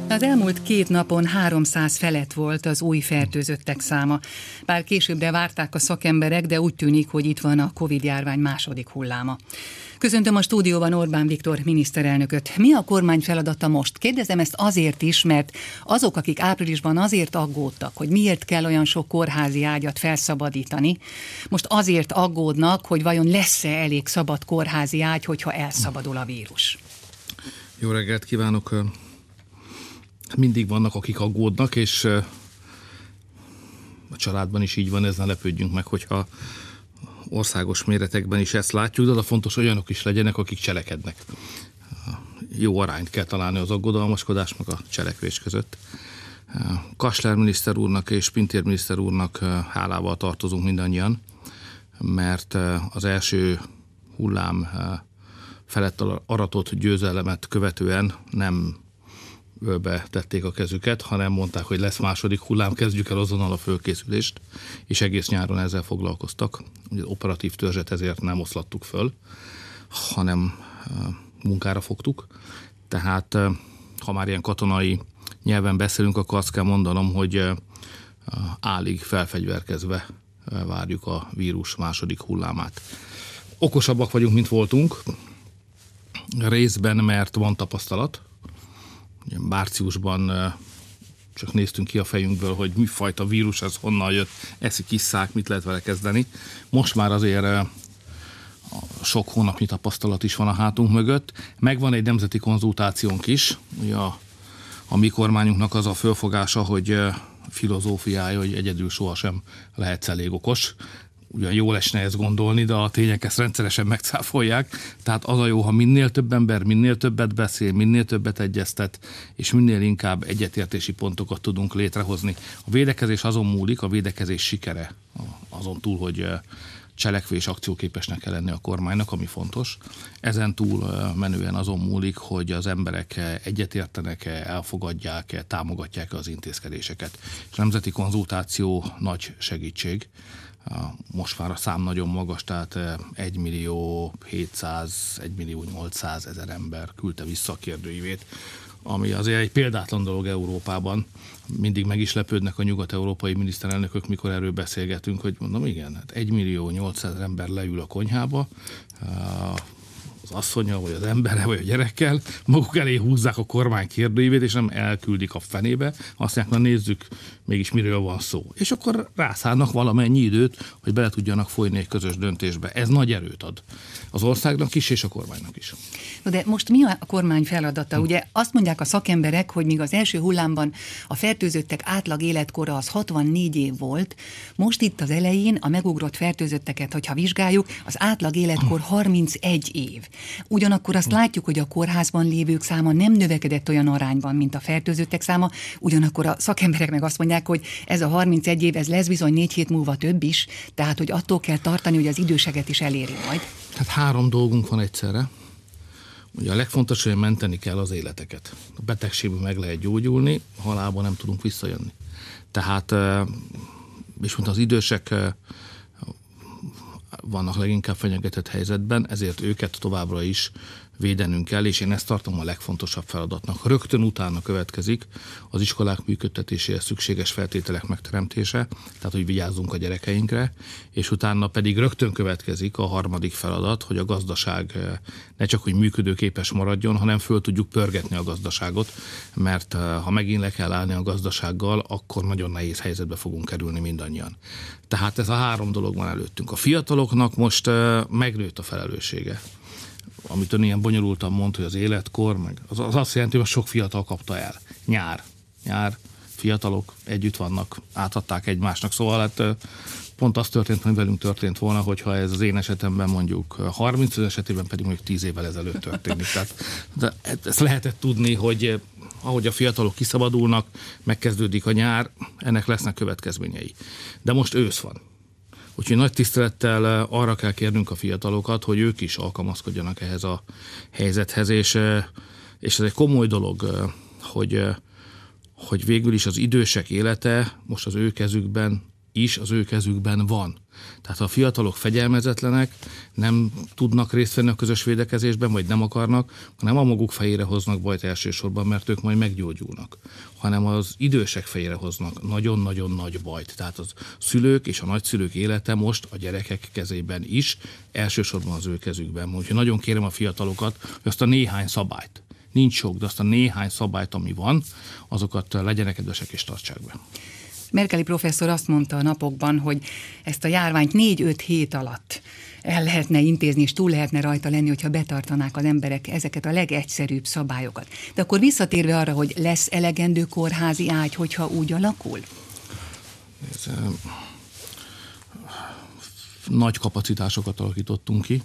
Az elmúlt 2 napon 300 felett volt az új fertőzöttek száma. Bár későbbre várták a szakemberek, de úgy tűnik, hogy itt van a Covid-járvány második hulláma. Köszöntöm a stúdióban Orbán Viktor miniszterelnököt. Mi a kormány feladata most? Kérdezem ezt azért is, mert azok, akik áprilisban azért aggódtak, hogy miért kell olyan sok kórházi ágyat felszabadítani, most azért aggódnak, hogy vajon lesz-e elég szabad kórházi ágy, hogyha elszabadul a vírus. Jó reggelt kívánok! Mindig vannak, akik aggódnak, és a családban is így van, ez ne lepődjünk meg, hogyha országos méretekben is ezt látjuk, de a fontos olyanok is legyenek, akik cselekednek. Jó arányt kell találni az aggodalmaskodás meg a cselekvés között. Kastler miniszter úrnak és Pintér miniszter úrnak hálával tartozunk mindannyian, mert az első hullám felett aratott győzelemet követően nem ölbe tették a kezüket, hanem mondták, hogy lesz második hullám, kezdjük el azonnal a fölkészülést, és egész nyáron ezzel foglalkoztak. Az operatív törzset ezért nem oszlattuk föl, hanem munkára fogtuk. Tehát, ha már ilyen katonai nyelven beszélünk, akkor azt kell mondanom, hogy álig felfegyverkezve várjuk a vírus második hullámát. Okosabbak vagyunk, mint voltunk, részben, mert van tapasztalat. Márciusban csak néztünk ki a fejünkből, hogy mi fajta vírus ez, honnan jött, eszik, isszák, mit lehet vele kezdeni. Most már azért sok hónapnyi tapasztalat is van a hátunk mögött. Megvan egy nemzeti konzultációnk is. Ugye a mi kormányunknak az a fölfogása, hogy filozófiája, hogy egyedül sohasem lehetsz elég okos. Ugyan jól esne ezt gondolni, de a tények ezt rendszeresen megcáfolják. Tehát az a jó, ha minél több ember, minél többet beszél, minél többet egyeztet, és minél inkább egyetértési pontokat tudunk létrehozni. A védekezés azon múlik, a védekezés sikere azon túl, hogy cselekvés akcióképesnek kell lenni a kormánynak, ami fontos. Ezen túl menően azon múlik, hogy az emberek egyetértenek-e, elfogadják-e, támogatják-e az intézkedéseket. És a nemzeti konzultáció nagy segítség. Most már a szám nagyon magas, tehát 1.700.000-1.800.000 ember küldte vissza a kérdőívét, ami azért egy példátlan dolog Európában. Mindig meg is lepődnek a nyugat-európai miniszterelnökök, mikor erről beszélgetünk, hogy mondom, igen, hát 1.800.000 ember leül a konyhába, az asszonya, vagy az embere, vagy a gyerekkel, maguk elé húzzák a kormány kérdőívét, és nem elküldik a fenébe, azt mondják, na nézzük, mégis miről van szó. És akkor rászállnak valamennyi időt, hogy bele tudjanak folyni egy közös döntésbe. Ez nagy erőt ad az országnak is, és a kormánynak is. De most mi a kormány feladata? Ugye azt mondják a szakemberek, hogy míg az első hullámban a fertőzöttek átlag életkora az 64 év volt, most itt az elején a megugrott fertőzötteket, hogyha vizsgáljuk, az átlag életkor 31 év. Ugyanakkor azt látjuk, hogy a kórházban lévők száma nem növekedett olyan arányban, mint a fertőzöttek száma, ugyanakkor a szakemberek meg azt mondják, hogy ez a 31 év, ez lesz bizony 4 hét múlva több is, tehát hogy attól kell tartani, hogy az időseket is eléri majd. Tehát 3 dolgunk van egyszerre. Ugye a legfontosabb, hogy menteni kell az életeket. A betegségből meg lehet gyógyulni, halálban nem tudunk visszajönni. Tehát, és mint az idősek vannak leginkább fenyegetett helyzetben, ezért őket továbbra is védenünk kell, és én ezt tartom a legfontosabb feladatnak. Rögtön utána következik az iskolák működtetéséhez szükséges feltételek megteremtése, tehát hogy vigyázzunk a gyerekeinkre, és utána pedig rögtön következik a harmadik feladat, hogy a gazdaság ne csak hogy működőképes maradjon, hanem föl tudjuk pörgetni a gazdaságot, mert ha megint le kell állni a gazdasággal, akkor nagyon nehéz helyzetbe fogunk kerülni mindannyian. Tehát ez a 3 dolog van előttünk. A fiataloknak most megnőtt a felelőssége. Amit ön ilyen bonyolultan mond, hogy az életkor, meg az azt jelenti, hogy sok fiatal kapta el. Nyár, fiatalok együtt vannak, átadták egymásnak. Szóval hát pont az történt, hogy velünk történt volna, hogyha ez az én esetemben mondjuk 30, az esetében pedig mondjuk 10 évvel ezelőtt történik. Tehát, de ezt lehetett tudni, hogy ahogy a fiatalok kiszabadulnak, megkezdődik a nyár, ennek lesznek következményei. De most ősz van. Úgyhogy nagy tisztelettel arra kell kérnünk a fiatalokat, hogy ők is alkalmazkodjanak ehhez a helyzethez, és ez egy komoly dolog, hogy végül is az idősek élete most az ő kezükben is az ő kezükben van. Tehát ha a fiatalok fegyelmezetlenek, nem tudnak részt venni a közös védekezésben, vagy nem akarnak, nem a maguk fejére hoznak bajt elsősorban, mert ők majd meggyógyulnak, hanem az idősek fejére hoznak nagyon-nagyon nagy bajt. Tehát az szülők és a nagyszülők élete most a gyerekek kezében is, elsősorban az ő kezükben. Úgyhogy nagyon kérem a fiatalokat, hogy azt a néhány szabályt, nincs sok, de azt a néhány szabályt, ami van, azokat legyenek kedvesek és tartsák be. Merkeli professzor azt mondta a napokban, hogy ezt a járványt 4-5 hét alatt el lehetne intézni, és túl lehetne rajta lenni, hogyha betartanák az emberek ezeket a legegyszerűbb szabályokat. De akkor visszatérve arra, hogy lesz elegendő kórházi ágy, hogyha úgy alakul? Nagy kapacitásokat alakítottunk ki,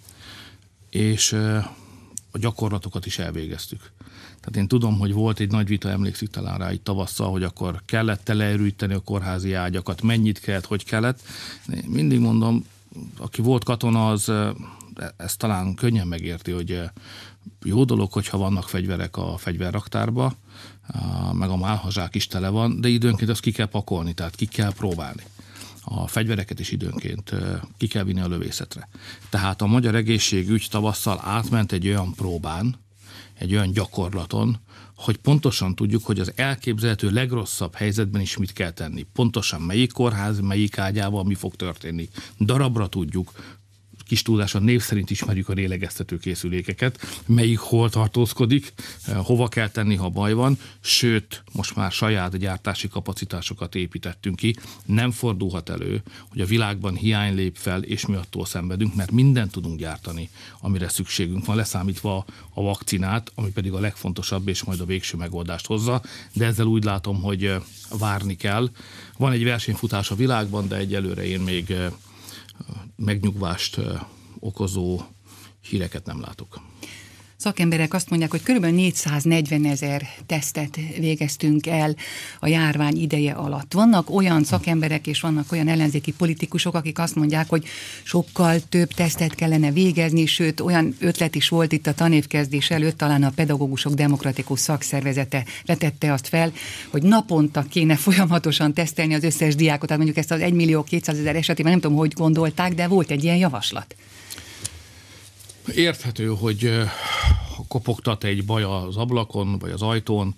és a gyakorlatokat is elvégeztük. Tehát én tudom, hogy volt egy nagy vita, emlékszik talán rá itt tavasszal, hogy akkor kellett leerőíteni a kórházi ágyakat, mennyit kellett, hogy kellett. Én mindig mondom, aki volt katona, az ezt talán könnyen megérti, hogy jó dolog, hogyha vannak fegyverek a fegyverraktárba, meg a málhazsák is tele van, de időnként azt ki kell pakolni, tehát ki kell próbálni. A fegyvereket is időnként ki kell vinni a lövészetre. Tehát a magyar egészségügy tavasszal átment egy olyan próbán, egy olyan gyakorlaton, hogy pontosan tudjuk, hogy az elképzelhető legrosszabb helyzetben is mit kell tenni. Pontosan melyik kórház, melyik ágyával mi fog történni. Darabra tudjuk, kis túlzáson név szerint ismerjük a lélegeztető készülékeket, melyik hol tartózkodik, hova kell tenni, ha baj van, sőt, most már saját gyártási kapacitásokat építettünk ki. Nem fordulhat elő, hogy a világban hiány lép fel, és mi attól szenvedünk, mert mindent tudunk gyártani, amire szükségünk van, leszámítva a vakcinát, ami pedig a legfontosabb, és majd a végső megoldást hozza, de ezzel úgy látom, hogy várni kell. Van egy versenyfutás a világban, de egyelőre én még megnyugvást okozó híreket nem látok. Szakemberek azt mondják, hogy kb. 440 000 tesztet végeztünk el a járvány ideje alatt. Vannak olyan szakemberek és vannak olyan ellenzéki politikusok, akik azt mondják, hogy sokkal több tesztet kellene végezni, sőt olyan ötlet is volt itt a tanévkezdés előtt, talán a Pedagógusok Demokratikus Szakszervezete vetette azt fel, hogy naponta kéne folyamatosan tesztelni az összes diákot, tehát mondjuk ezt az 1 200 000 esetében nem tudom, hogy gondolták, de volt egy ilyen javaslat. Érthető, hogy kopogtat egy baj az ablakon, vagy az ajtón,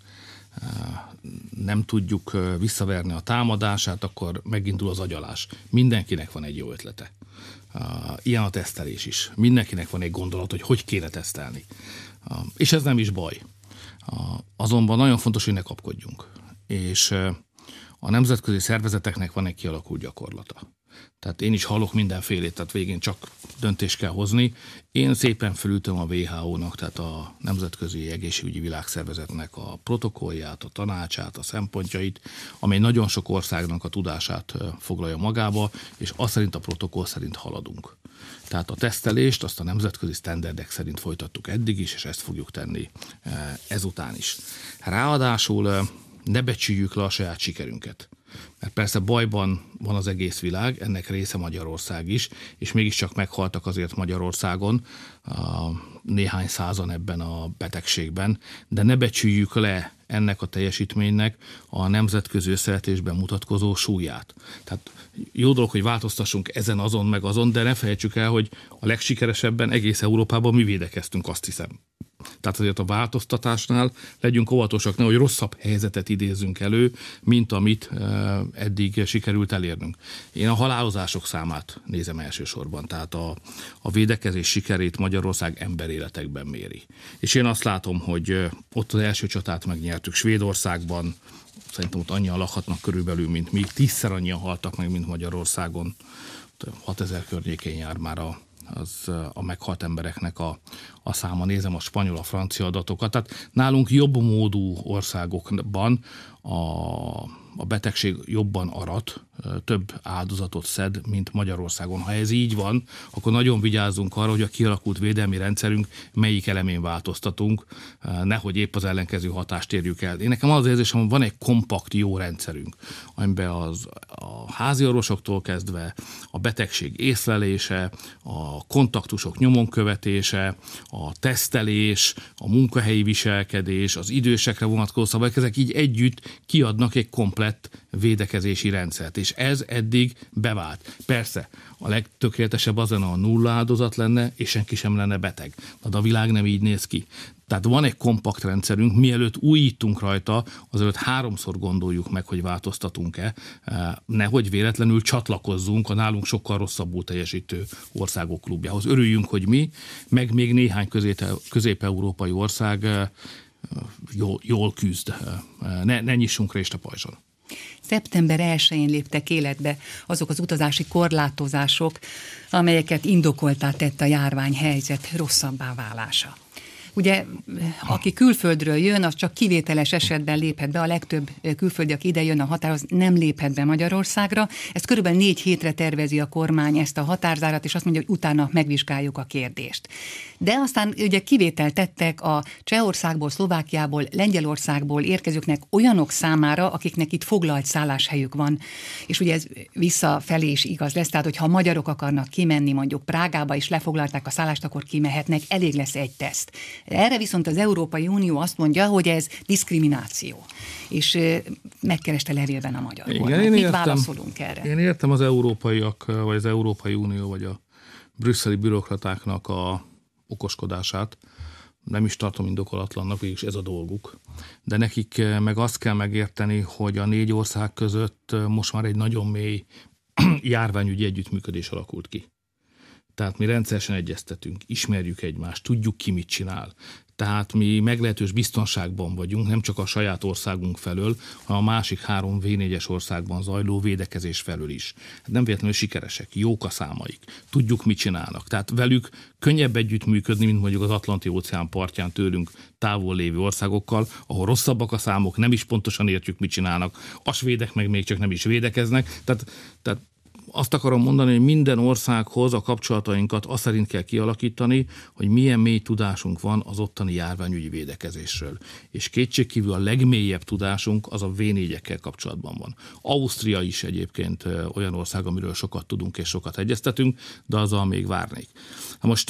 nem tudjuk visszaverni a támadását, akkor megindul az agyalás. Mindenkinek van egy jó ötlete. Ilyen a tesztelés is. Mindenkinek van egy gondolat, hogy kéne tesztelni. És ez nem is baj. Azonban nagyon fontos, hogy ne kapkodjunk. És a nemzetközi szervezeteknek van egy kialakult gyakorlata. Tehát én is hallok mindenfélét, tehát végén csak döntést kell hozni. Én szépen felültöm a WHO-nak, tehát a Nemzetközi Egészségügyi Világszervezetnek a protokollját, a tanácsát, a szempontjait, amely nagyon sok országnak a tudását foglalja magába, és azt szerint a protokoll szerint haladunk. Tehát a tesztelést azt a nemzetközi sztenderdek szerint folytattuk eddig is, és ezt fogjuk tenni ezután is. Ráadásul ne becsüljük le a saját sikerünket. Mert persze bajban van az egész világ, ennek része Magyarország is, és mégiscsak meghaltak azért Magyarországon néhány százan ebben a betegségben, de ne becsüljük le ennek a teljesítménynek a nemzetközi összevetésben mutatkozó súlyát. Tehát jó dolog, hogy változtassunk ezen, azon, meg azon, de ne felejtsük el, hogy a legsikeresebben egész Európában mi védekeztünk, azt hiszem. Tehát azért a változtatásnál legyünk óvatosak, nehogy rosszabb helyzetet idézzünk elő, mint amit eddig sikerült elérnünk. Én a halálozások számát nézem elsősorban, tehát a védekezés sikerét Magyarország emberéletekben méri. És én azt látom, hogy ott az első csatát megnyertük Svédországban, szerintem ott annyian lakhatnak körülbelül, mint mi, 10-szer annyian haltak meg, mint Magyarországon. 6000 környékén jár már a meghalt embereknek a száma. Nézem a spanyol, a francia adatokat. Tehát nálunk jobb módú országokban a betegség jobban arat, több áldozatot szed, mint Magyarországon. Ha ez így van, akkor nagyon vigyázzunk arra, hogy a kialakult védelmi rendszerünk melyik elemén változtatunk, nehogy épp az ellenkező hatást érjük el. Én nekem az érzésem, hogy van egy kompakt jó rendszerünk, amiben a házi orvosoktól kezdve a betegség észlelése, a kontaktusok nyomon követése, a tesztelés, a munkahelyi viselkedés, az idősekre vonatkozó szabályok, ezek így együtt kiadnak egy komplett védekezési rendszert, és ez eddig bevált. Persze, a legtökéletesebb az lenne, a nulla áldozat lenne, és senki sem lenne beteg. De a világ nem így néz ki. Tehát van egy kompakt rendszerünk, mielőtt újítunk rajta, azelőtt 3-szor gondoljuk meg, hogy változtatunk-e, nehogy véletlenül csatlakozzunk a nálunk sokkal rosszabbul teljesítő országok klubjához. Örüljünk, hogy mi, meg még néhány közép-európai ország jól küzd. Ne nyissunk részt a pajzson. Szeptember 1-én léptek életbe azok az utazási korlátozások, amelyeket indokoltá tett a járványhelyzet rosszabbá válása. Ugye, aki külföldről jön, az csak kivételes esetben léphet be, a legtöbb külföldi, aki ide jön a határhoz, nem léphet be Magyarországra. Ezt körülbelül 4 hétre tervezi a kormány ezt a határzárat, és azt mondja, hogy utána megvizsgáljuk a kérdést. De aztán ugye kivételt tettek a Csehországból, Szlovákiából, Lengyelországból érkezőknek olyanok számára, akiknek itt foglalt szálláshelyük van. És ugye ez visszafelé is igaz lesz, tehát hogyha a magyarok akarnak kimenni mondjuk Prágába, és lefoglalták a szállást, akkor kimehetnek, elég lesz egy teszt. Erre viszont az Európai Unió azt mondja, hogy ez diszkrimináció. És megkereste levélben a magyar kormány. Mit válaszolunk erre? Én értem az európaiak, vagy az Európai Unió, vagy a brüsszeli bürokratáknak a okoskodását. Nem is tartom indokolatlannak, végülis ez a dolguk. De nekik meg azt kell megérteni, hogy a 4 ország között most már egy nagyon mély járványügyi együttműködés alakult ki. Tehát mi rendszeresen egyeztetünk, ismerjük egymást, tudjuk ki mit csinál. Tehát mi meglehetős biztonságban vagyunk, nem csak a saját országunk felől, hanem a másik 3 V4-es országban zajló védekezés felől is. Nem véletlenül sikeresek, jók a számaik, tudjuk mit csinálnak. Tehát velük könnyebb együttműködni, mint mondjuk az Atlanti-óceán partján tőlünk távol lévő országokkal, ahol rosszabbak a számok, nem is pontosan értjük, mit csinálnak. A svédek meg még csak nem is védekeznek. Tehát azt akarom mondani, hogy minden országhoz a kapcsolatainkat azt szerint kell kialakítani, hogy milyen mély tudásunk van az ottani járványügyi védekezésről. És kétségkívül a legmélyebb tudásunk az a V4-ekkel kapcsolatban van. Ausztria is egyébként olyan ország, amiről sokat tudunk és sokat egyeztetünk, de azzal még várnék. Most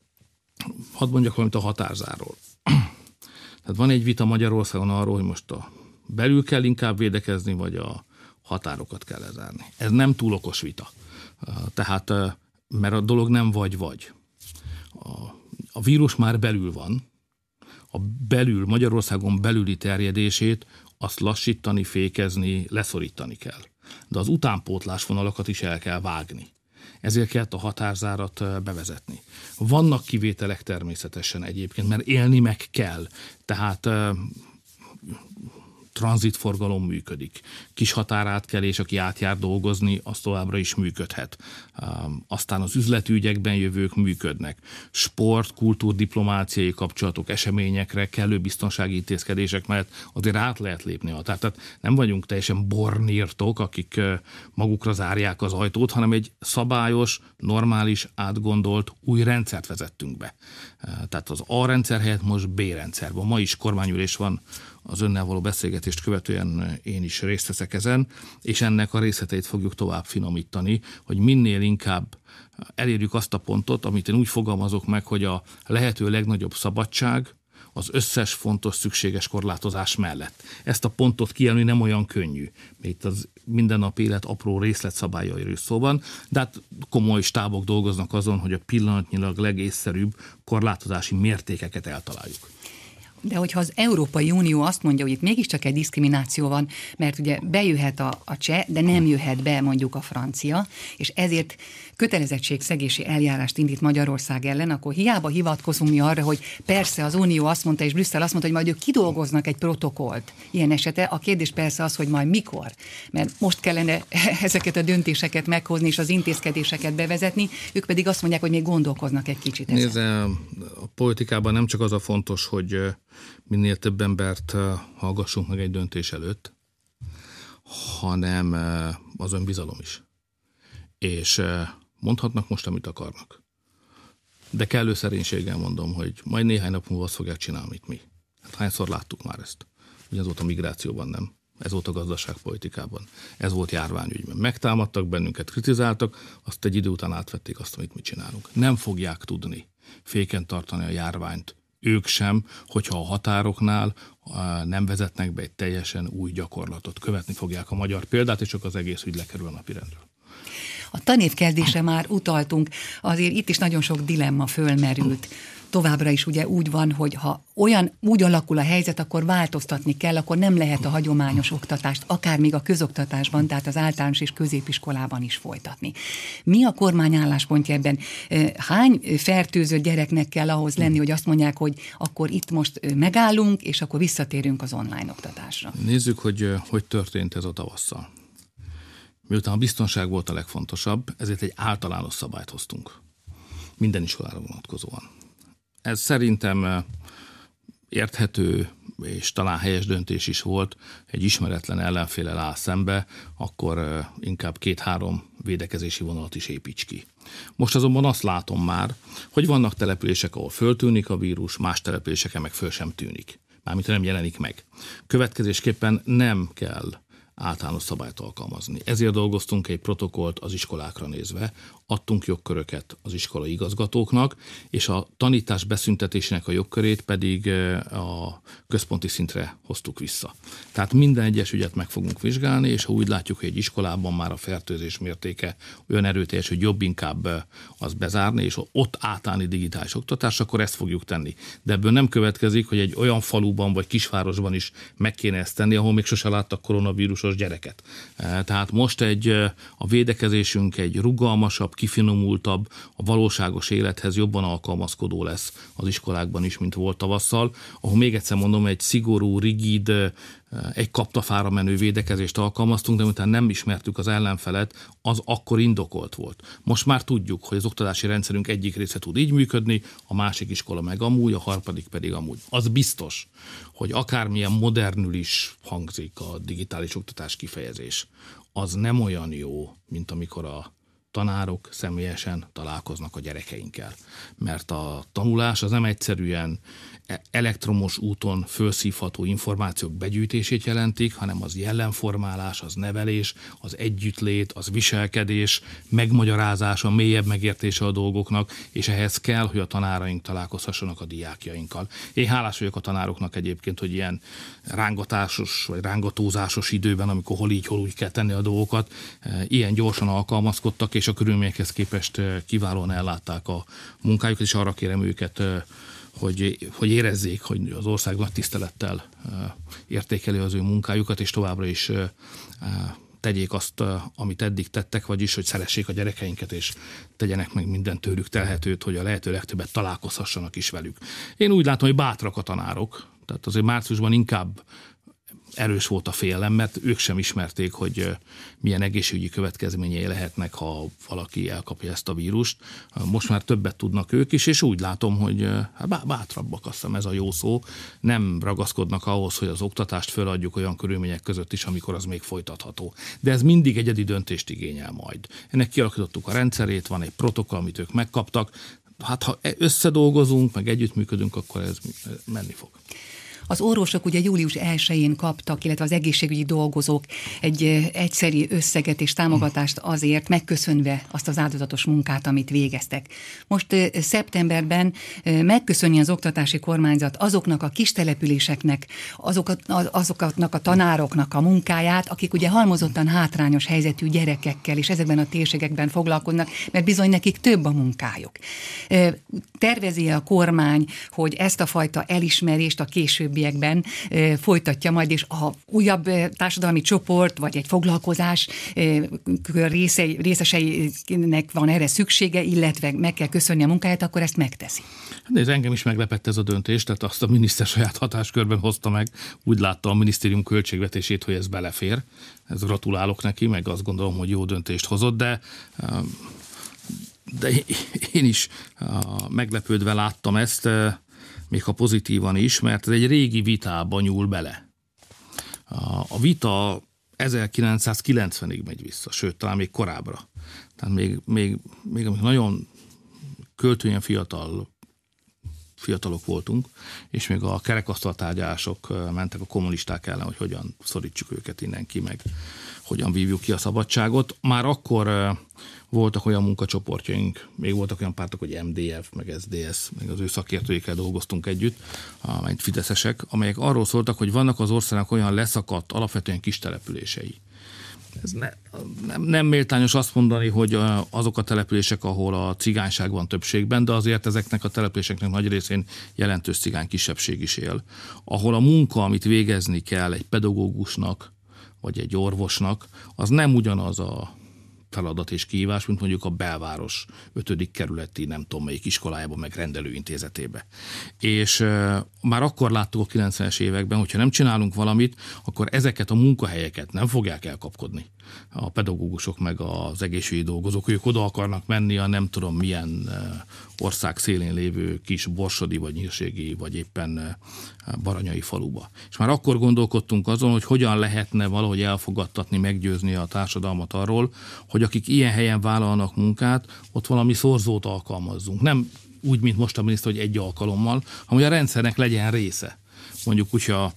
hadd mondjak valamit a határzárról. Tehát van egy vita Magyarországon arról, hogy most belül kell inkább védekezni, vagy a határokat kell lezárni. Ez nem túl okos vita. Tehát, mert a dolog nem vagy-vagy. A vírus már belül van, Magyarországon belüli terjedését azt lassítani, fékezni, leszorítani kell. De az utánpótlás vonalakat is el kell vágni. Ezért kellett a határzárat bevezetni. Vannak kivételek természetesen egyébként, mert élni meg kell. Tehát tranzitforgalom működik. Kis határátkelés, aki átjár dolgozni, az továbbra is működhet. Aztán az üzleti ügyekben jövők működnek. Sport, kultúr, diplomáciai kapcsolatok, eseményekre kellő biztonsági intézkedések mellett azért át lehet lépni a határt. Tehát nem vagyunk teljesen bornírtok, akik magukra zárják az ajtót, hanem egy szabályos, normális, átgondolt új rendszert vezettünk be. Tehát az A rendszer helyett most B rendszer van. Ma is kormányülés van, az önnel való beszélgetést követően én is részt veszek ezen, és ennek a részleteit fogjuk tovább finomítani, hogy minél inkább elérjük azt a pontot, amit én úgy fogalmazok meg, hogy a lehető legnagyobb szabadság az összes fontos, szükséges korlátozás mellett. Ezt a pontot kijelölni nem olyan könnyű. Itt az mindennapi élet apró részletszabályairól szó van, de hát komoly stábok dolgoznak azon, hogy a pillanatnyilag legészszerűbb korlátozási mértékeket eltaláljuk. De hogyha az Európai Unió azt mondja, hogy itt mégiscsak egy diszkrimináció van, mert ugye bejöhet a cseh, de nem jöhet be mondjuk a francia, és ezért kötelezettségszegési eljárást indít Magyarország ellen, akkor hiába hivatkozunk mi arra, hogy persze az Unió azt mondta, és Brüsszel azt mondta, hogy majd ők kidolgoznak egy protokollt ilyen esete. A kérdés persze az, hogy majd mikor, mert most kellene ezeket a döntéseket meghozni, és az intézkedéseket bevezetni, ők pedig azt mondják, hogy még gondolkoznak egy kicsit ezen. Nézd, a politikában nem csak az a fontos, hogy minél több embert hallgassunk meg egy döntés előtt, hanem az önbizalom is. És mondhatnak most, amit akarnak. De kellő szerénységgel mondom, hogy majd néhány nap múlva azt fogják csinálni, amit mi. Hát hányszor láttuk már ezt? Ugyanaz volt a migrációban, nem? Ez volt a gazdaságpolitikában. Ez volt járványügyben. Megtámadtak bennünket, kritizáltak, azt egy idő után átvették azt, amit mi csinálunk. Nem fogják tudni féken tartani a járványt ők sem, hogyha a határoknál nem vezetnek be egy teljesen új gyakorlatot. Követni fogják a magyar példát, és csak az egész ügy lekerül a napirendről. A tanévkezdésre már utaltunk, azért itt is nagyon sok dilemma fölmerült. Továbbra is ugye úgy van, hogy ha úgy alakul a helyzet, akkor változtatni kell, akkor nem lehet a hagyományos oktatást, akár még a közoktatásban, tehát az általános és középiskolában is folytatni. Mi a kormány álláspontja ebben? Hány fertőzött gyereknek kell ahhoz lenni, hogy azt mondják, hogy akkor itt most megállunk, és akkor visszatérünk az online oktatásra? Nézzük, hogy történt ez a tavasszal. Miután a biztonság volt a legfontosabb, ezért egy általános szabályt hoztunk. Minden iskolára vonatkozóan. Ez szerintem érthető és talán helyes döntés is volt. Egy ismeretlen ellenféllel áll szembe, akkor inkább 2-3 védekezési vonalat is építs ki. Most azonban azt látom már, hogy vannak települések, ahol föltűnik a vírus, más településeken meg föl sem tűnik. Mármint nem jelenik meg. Következésképpen nem kell általános szabályt alkalmazni. Ezért dolgoztunk egy protokollt az iskolákra nézve, adtunk jogköröket az iskolai igazgatóknak, és a tanítás beszüntetésének a jogkörét pedig a központi szintre hoztuk vissza. Tehát minden egyes ügyet meg fogunk vizsgálni, és ha úgy látjuk, hogy egy iskolában már a fertőzés mértéke olyan erőteljes, hogy jobb inkább az bezárni, és ott átállni digitális oktatás, akkor ezt fogjuk tenni. De ebből nem következik, hogy egy olyan faluban vagy kisvárosban is meg kéne ezt tenni, ahol még sose láttak koronavírusos gyereket. Tehát most a védekezésünk egy rugalmasabb, kifinomultabb, a valóságos élethez jobban alkalmazkodó lesz az iskolákban is, mint volt tavasszal, ahol még egyszer mondom, egy szigorú, rigid, egy kaptafára menő védekezést alkalmaztunk, de miután nem ismertük az ellenfelet, az akkor indokolt volt. Most már tudjuk, hogy az oktatási rendszerünk egyik része tud így működni, a másik iskola meg amúgy, a harmadik pedig amúgy. Az biztos, hogy akármilyen modernül is hangzik a digitális oktatás kifejezés, az nem olyan jó, mint amikor a tanárok személyesen találkoznak a gyerekeinkkel. Mert a tanulás az nem egyszerűen elektromos úton felszívható információk begyűjtését jelentik, hanem az jellemformálás, az nevelés, az együttlét, az viselkedés, megmagyarázása, mélyebb megértése a dolgoknak, és ehhez kell, hogy a tanáraink találkozhassanak a diákjainkkal. Én hálás vagyok a tanároknak egyébként, hogy ilyen rángatásos vagy rángatózásos időben, amikor hol így, hol úgy kell tenni a dolgokat, ilyen gyorsan alkalmazkodtak, és a körülményekhez képest kiválóan ellátták a munkájukat, és arra kérem őket, hogy érezzék, hogy az ország nagy tisztelettel értékeli az ő munkájukat, és továbbra is tegyék azt, amit eddig tettek, vagyis, hogy szeressék a gyerekeinket, és tegyenek meg minden tőlük telhetőt, hogy a lehető legtöbbet találkozhassanak is velük. Én úgy látom, hogy bátrak a tanárok, tehát azért márciusban inkább erős volt a félelem, mert ők sem ismerték, hogy milyen egészségügyi következményei lehetnek, ha valaki elkapja ezt a vírust. Most már többet tudnak ők is, és úgy látom, hogy bátrabbak, azt hiszem ez a jó szó, nem ragaszkodnak ahhoz, hogy az oktatást föladjuk olyan körülmények között is, amikor az még folytatható. De ez mindig egyedi döntést igényel majd. Ennek kialakítottuk a rendszerét, van egy protokoll, amit ők megkaptak. Hát ha összedolgozunk, meg együttműködünk, akkor ez menni fog. Az orvosok ugye július 1-én kaptak, illetve az egészségügyi dolgozók egy egyszeri összeget és támogatást azért, megköszönve azt az áldozatos munkát, amit végeztek. Most szeptemberben megköszönni az oktatási kormányzat azoknak a kis településeknek, azoknak a tanároknak a munkáját, akik ugye halmozottan hátrányos helyzetű gyerekekkel és ezekben a térségekben foglalkoznak, mert bizony nekik több a munkájuk. Tervezi a kormány, hogy ezt a fajta elismerést a később folytatja majd, és a újabb társadalmi csoport, vagy egy foglalkozás részeseinek van erre szüksége, illetve meg kell köszönni a munkáját, akkor ezt megteszi. Nézd, engem is meglepett ez a döntés, tehát azt a miniszter saját hatáskörben hozta meg, úgy látta a minisztérium költségvetését, hogy ez belefér. Ez gratulálok neki, meg azt gondolom, hogy jó döntést hozott, de én is meglepődve láttam ezt, még ha pozitívan is, mert ez egy régi vitába nyúl bele. A vita 1990-ig megy vissza, sőt, talán még korábbra. Tehát még amikor nagyon költően fiatal fiatalok voltunk, és még a kerekasztaltárgyalások mentek a kommunisták ellen, hogy hogyan szorítsuk őket innen ki, meg hogyan vívjuk ki a szabadságot. Már akkor voltak olyan munkacsoportjaink, még voltak olyan pártok, hogy MDF, meg SDS, meg az ő szakértőikkel dolgoztunk együtt, amelyek fideszesek, amelyek arról szóltak, hogy vannak az országnak olyan leszakadt, alapvetően kis települései. Ez nem méltányos azt mondani, hogy azok a települések, ahol a cigányság van többségben, de azért ezeknek a településeknek nagy részén jelentős cigány kisebbség is él. Ahol a munka, amit végezni kell egy pedagógusnak, vagy egy orvosnak, az nem ugyanaz a feladat és kihívás, mint mondjuk a belváros 5. kerületi, nem tudom melyik iskolájában, meg rendelőintézetébe. És már akkor láttuk a 90-es években, hogyha nem csinálunk valamit, akkor ezeket a munkahelyeket nem fogják elkapkodni a pedagógusok meg az egészségügyi dolgozók, ők oda akarnak menni a nem tudom milyen ország szélén lévő kis borsodi, vagy nyírségi, vagy éppen baranyai faluba. És már akkor gondolkodtunk azon, hogy hogyan lehetne valahogy elfogadtatni, meggyőzni a társadalmat arról, hogy akik ilyen helyen vállalnak munkát, ott valami szorzót alkalmazzunk. Nem úgy, mint most a miniszter, hogy egy alkalommal, hanem hogy a rendszernek legyen része. Mondjuk úgy a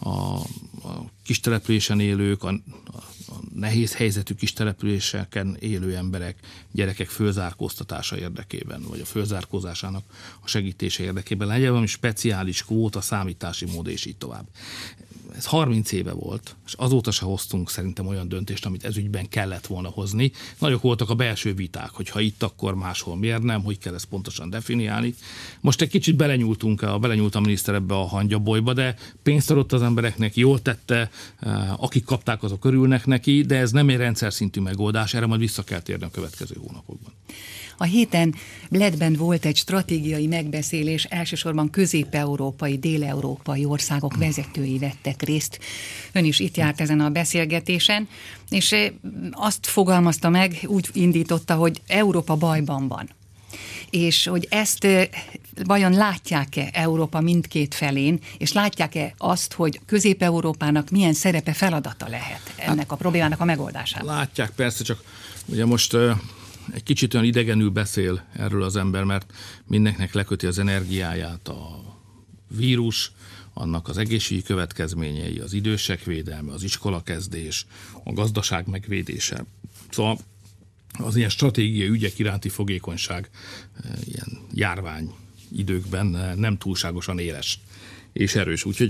kis településen élők, a nehéz helyzetű kis településeken élő emberek, gyerekek fölzárkóztatása érdekében, vagy a fölzárkózásának a segítése érdekében legyen valami speciális kvóta, számítási mód, és így tovább. Ez 30 éve volt, és azóta se hoztunk szerintem olyan döntést, amit ezügyben kellett volna hozni. Nagyok voltak a belső viták, hogy ha itt, akkor máshol miért nem, hogy kell ezt pontosan definiálni. Most egy kicsit belenyúlt a miniszter ebbe a hangyabolyba, de pénzt adott az embereknek, jól tette, akik kapták, azok örülnek neki, de ez nem egy rendszer szintű megoldás, erre majd vissza kell térni a következő hónapokban. A héten Bledben volt egy stratégiai megbeszélés, elsősorban közép-európai, dél-európai országok vezetői vettek részt. Ön is itt járt ezen a beszélgetésen, és azt fogalmazta meg, úgy indította, hogy Európa bajban van. És hogy ezt vajon látják-e Európa mindkét felén, és látják-e azt, hogy Közép-Európának milyen szerepe, feladata lehet ennek a problémának a megoldásában? Látják persze, csak ugye most egy kicsit olyan idegenül beszél erről az ember, mert mindenkinek leköti az energiáját a vírus, annak az egészségügyi következményei, az idősek védelme, az iskolakezdés, a gazdaság megvédése. Szóval az ilyen stratégiai ügyek iránti fogékonyság ilyen járvány időkben nem túlságosan éles és erős. Úgyhogy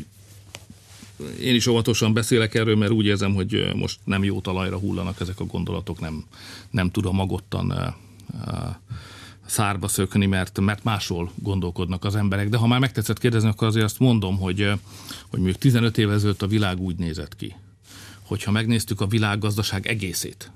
én is óvatosan beszélek erről, mert úgy érzem, hogy most nem jó talajra hullanak ezek a gondolatok, nem tudom magottan szárba szökni, mert másról gondolkodnak az emberek. De ha már megtetszett kérdezni, akkor azért azt mondom, hogy még 15 évvel ezelőtt a világ úgy nézett ki, hogyha megnéztük a világgazdaság egészét,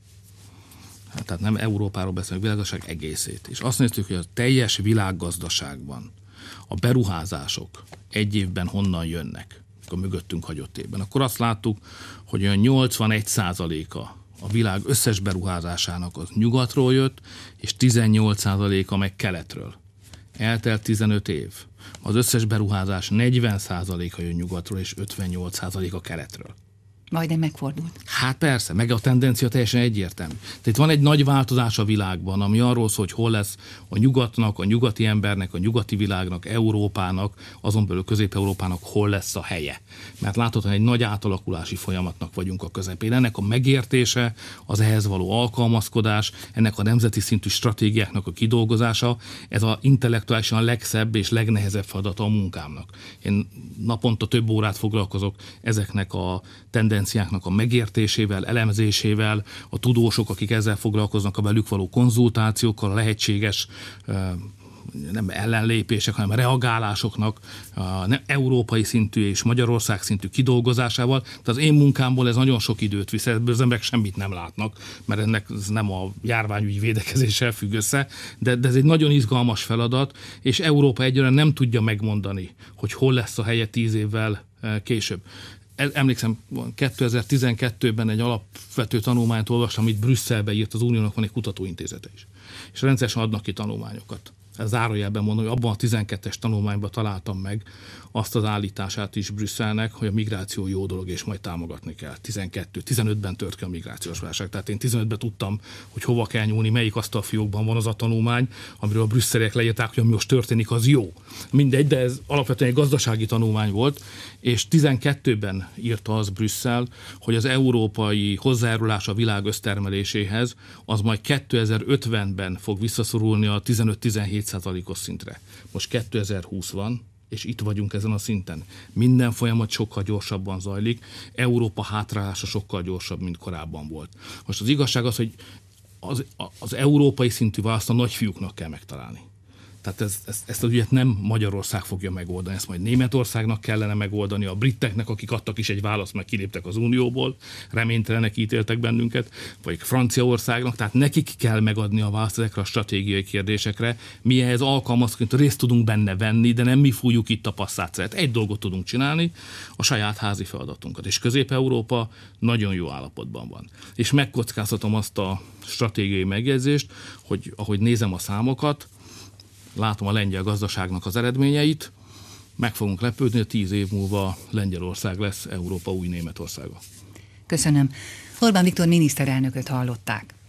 tehát nem Európáról beszélünk, a világgazdaság egészét, és azt néztük, hogy a teljes világgazdaságban a beruházások egy évben honnan jönnek, a mögöttünk hagyott évben, akkor azt láttuk, hogy olyan 81%-a a világ összes beruházásának az nyugatról jött, és 18%-a meg keletről. Eltelt 15 év. Az összes beruházás 40%-a jön nyugatról, és 58%-a keletről. Majdnem megfordult. Hát persze, meg a tendencia teljesen egyértelmű. Tehát itt van egy nagy változás a világban, ami arról szól, hogy hol lesz a nyugatnak, a nyugati embernek, a nyugati világnak, Európának, azon belül Közép-Európának hol lesz a helye. Mert láthatóan egy nagy átalakulási folyamatnak vagyunk a közepén. Ennek a megértése, az ehhez való alkalmazkodás, ennek a nemzeti szintű stratégiáknak a kidolgozása, ez a intellektuálisan legszebb és legnehezebb feladata a munkámnak. Én naponta több órát foglalkozok ezeknek a tendenciáknak a megértésével, elemzésével, a tudósok, akik ezzel foglalkoznak, a velük való konzultációkkal, a lehetséges nem ellenlépések, hanem reagálásoknak nem európai szintű és Magyarország szintű kidolgozásával. Tehát az én munkámból ez nagyon sok időt visz, ebből az emberek semmit nem látnak, mert ennek ez nem a járványügyi védekezéssel függ össze, de ez egy nagyon izgalmas feladat, és Európa egyszerűen nem tudja megmondani, hogy hol lesz a helye 10 évvel később. Emlékszem, 2012-ben egy alapvető tanulmányt olvastam, amit Brüsszelbe írt, az Uniónak van egy kutatóintézete is. És rendszeresen adnak ki tanulmányokat. zárójelben mondom, hogy abban a 12-es tanulmányban találtam meg azt az állítását is Brüsszelnek, hogy a migráció jó dolog, és majd támogatni kell. 15-ben tört ki a migrációs válság. Tehát én 15-ben tudtam, hogy hova kell nyúlni, melyik asztalfiókban van az a tanulmány, amiről a brüsszeliek leírták, hogy ami most történik, az jó. Mindegy, de ez alapvetően egy gazdasági tanulmány volt, és 12-ben írta az Brüsszel, hogy az európai hozzájárulás a világ össztermeléséhez az majd 2050-ben fog visszaszorulni a 15-17%-os szintre. Most 2020 van, és itt vagyunk ezen a szinten. Minden folyamat sokkal gyorsabban zajlik, Európa hátrálása sokkal gyorsabb, mint korábban volt. Most az igazság az, hogy az európai szintű választ a nagyfiúknak kell megtalálni. Tehát ezt az ügyet nem Magyarország fogja megoldani, ezt majd Németországnak kellene megoldani, a briteknek, akik adtak is egy választ, meg kiléptek az Unióból, reménytelenek ítéltek bennünket, vagy Franciaországnak, tehát nekik kell megadni a választ ezekre a stratégiai kérdésekre. Mi ehhez alkalmazkodunk, részt tudunk benne venni, de nem mi fújjuk itt a passzátszert. Egy dolgot tudunk csinálni, a saját házi feladatunkat. És Közép-Európa nagyon jó állapotban van. És megkockáztatom azt a stratégiai megjegyzést, hogy ahogy nézem a számokat, látom a lengyel gazdaságnak az eredményeit, meg fogunk lepődni, hogy 10 év múlva Lengyelország lesz Európa új Németországa. Köszönöm. Orbán Viktor miniszterelnököt hallották.